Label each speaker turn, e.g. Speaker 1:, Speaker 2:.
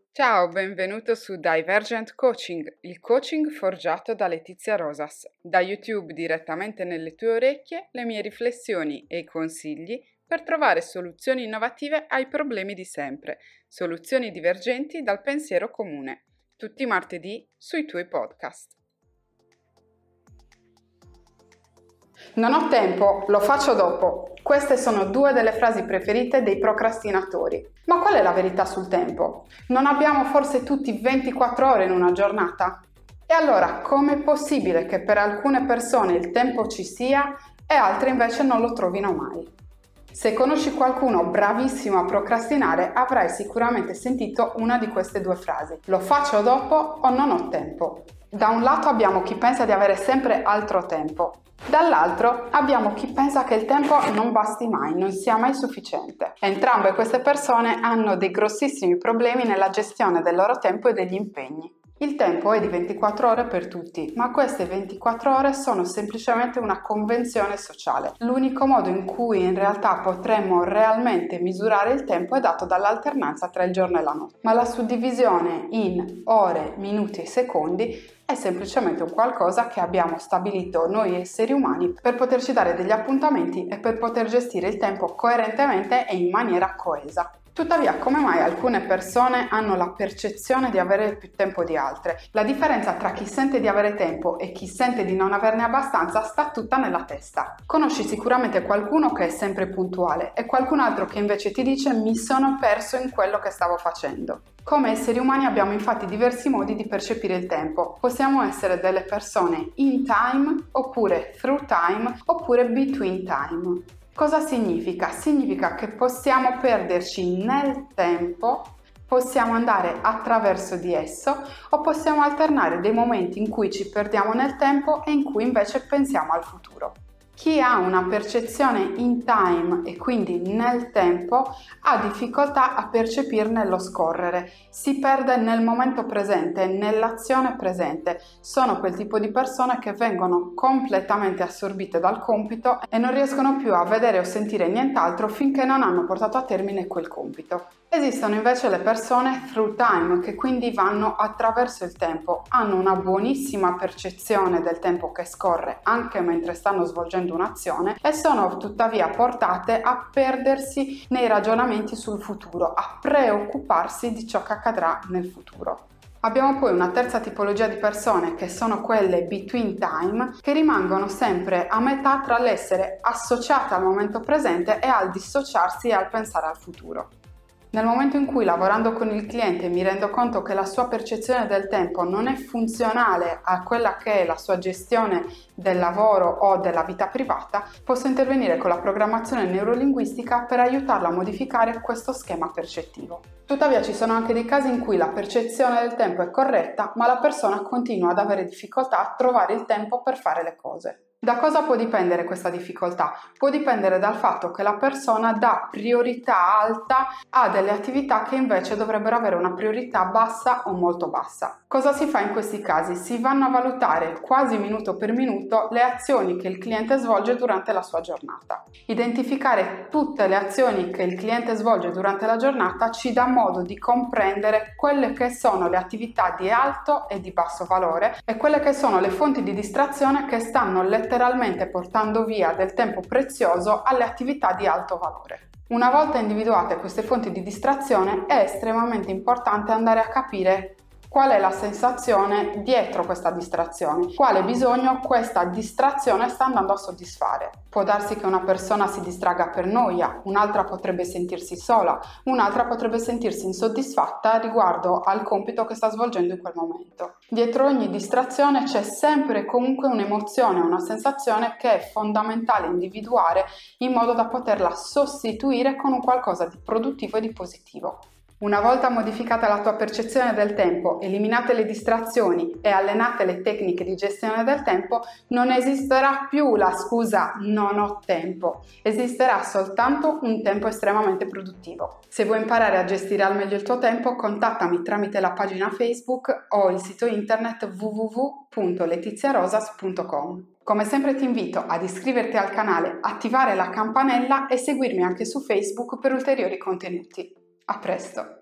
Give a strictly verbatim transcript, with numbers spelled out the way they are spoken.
Speaker 1: Ciao, benvenuto su Divergent Coaching, il coaching forgiato da Letizia Rosas. Da YouTube direttamente nelle tue orecchie, le mie riflessioni e i consigli per trovare soluzioni innovative ai problemi di sempre, soluzioni divergenti dal pensiero comune. Tutti i martedì sui tuoi podcast. Non ho tempo, lo faccio dopo. Queste sono due delle frasi preferite dei procrastinatori. Ma qual è la verità sul tempo? Non abbiamo forse tutti ventiquattro ore in una giornata? E allora, com'è possibile che per alcune persone il tempo ci sia e altre invece non lo trovino mai? Se conosci qualcuno bravissimo a procrastinare, avrai sicuramente sentito una di queste due frasi. Lo faccio dopo o non ho tempo. Da un lato abbiamo chi pensa di avere sempre altro tempo. Dall'altro abbiamo chi pensa che il tempo non basti mai, non sia mai sufficiente. Entrambe queste persone hanno dei grossissimi problemi nella gestione del loro tempo e degli impegni. Il tempo è di ventiquattro ore per tutti, ma queste ventiquattro ore sono semplicemente una convenzione sociale. L'unico modo in cui in realtà potremmo realmente misurare il tempo è dato dall'alternanza tra il giorno e la notte. Ma la suddivisione in ore, minuti e secondi è semplicemente un qualcosa che abbiamo stabilito noi esseri umani per poterci dare degli appuntamenti e per poter gestire il tempo coerentemente e in maniera coesa. Tuttavia, come mai alcune persone hanno la percezione di avere più tempo di altre? La differenza tra chi sente di avere tempo e chi sente di non averne abbastanza sta tutta nella testa. Conosci sicuramente qualcuno che è sempre puntuale e qualcun altro che invece ti dice mi sono perso in quello che stavo facendo. Come esseri umani abbiamo infatti diversi modi di percepire il tempo. Possiamo essere delle persone in time, oppure through time, oppure between time. Cosa significa? Significa che possiamo perderci nel tempo, possiamo andare attraverso di esso o possiamo alternare dei momenti in cui ci perdiamo nel tempo e in cui invece pensiamo al futuro. Chi ha una percezione in time e quindi nel tempo ha difficoltà a percepirne lo scorrere, si perde nel momento presente, nell'azione presente. Sono quel tipo di persone che vengono completamente assorbite dal compito e non riescono più a vedere o sentire nient'altro finché non hanno portato a termine quel compito. Esistono invece le persone through time che quindi vanno attraverso il tempo, hanno una buonissima percezione del tempo che scorre anche mentre stanno svolgendo un'azione e sono tuttavia portate a perdersi nei ragionamenti sul futuro, a preoccuparsi di ciò che accadrà nel futuro. Abbiamo poi una terza tipologia di persone che sono quelle between time che rimangono sempre a metà tra l'essere associate al momento presente e al dissociarsi e al pensare al futuro. Nel momento in cui lavorando con il cliente mi rendo conto che la sua percezione del tempo non è funzionale a quella che è la sua gestione del lavoro o della vita privata, posso intervenire con la programmazione neurolinguistica per aiutarla a modificare questo schema percettivo. Tuttavia ci sono anche dei casi in cui la percezione del tempo è corretta, ma la persona continua ad avere difficoltà a trovare il tempo per fare le cose. Da cosa può dipendere questa difficoltà? Può dipendere dal fatto che la persona dà priorità alta a delle attività che invece dovrebbero avere una priorità bassa o molto bassa. Cosa si fa in questi casi? Si vanno a valutare quasi minuto per minuto le azioni che il cliente svolge durante la sua giornata. Identificare tutte le azioni che il cliente svolge durante la giornata ci dà modo di comprendere quelle che sono le attività di alto e di basso valore e quelle che sono le fonti di distrazione che stanno letteralmente portando via del tempo prezioso alle attività di alto valore. Una volta individuate queste fonti di distrazione è estremamente importante andare a capire qual è la sensazione dietro questa distrazione, quale bisogno questa distrazione sta andando a soddisfare. Può darsi che una persona si distragga per noia, un'altra potrebbe sentirsi sola, un'altra potrebbe sentirsi insoddisfatta riguardo al compito che sta svolgendo in quel momento. Dietro ogni distrazione c'è sempre comunque un'emozione, una sensazione che è fondamentale individuare in modo da poterla sostituire con un qualcosa di produttivo e di positivo. Una volta modificata la tua percezione del tempo, eliminate le distrazioni e allenate le tecniche di gestione del tempo, non esisterà più la scusa non ho tempo, esisterà soltanto un tempo estremamente produttivo. Se vuoi imparare a gestire al meglio il tuo tempo, contattami tramite la pagina Facebook o il sito internet w w w punto letizia rosas punto com. Come sempre ti invito ad iscriverti al canale, attivare la campanella e seguirmi anche su Facebook per ulteriori contenuti. A presto!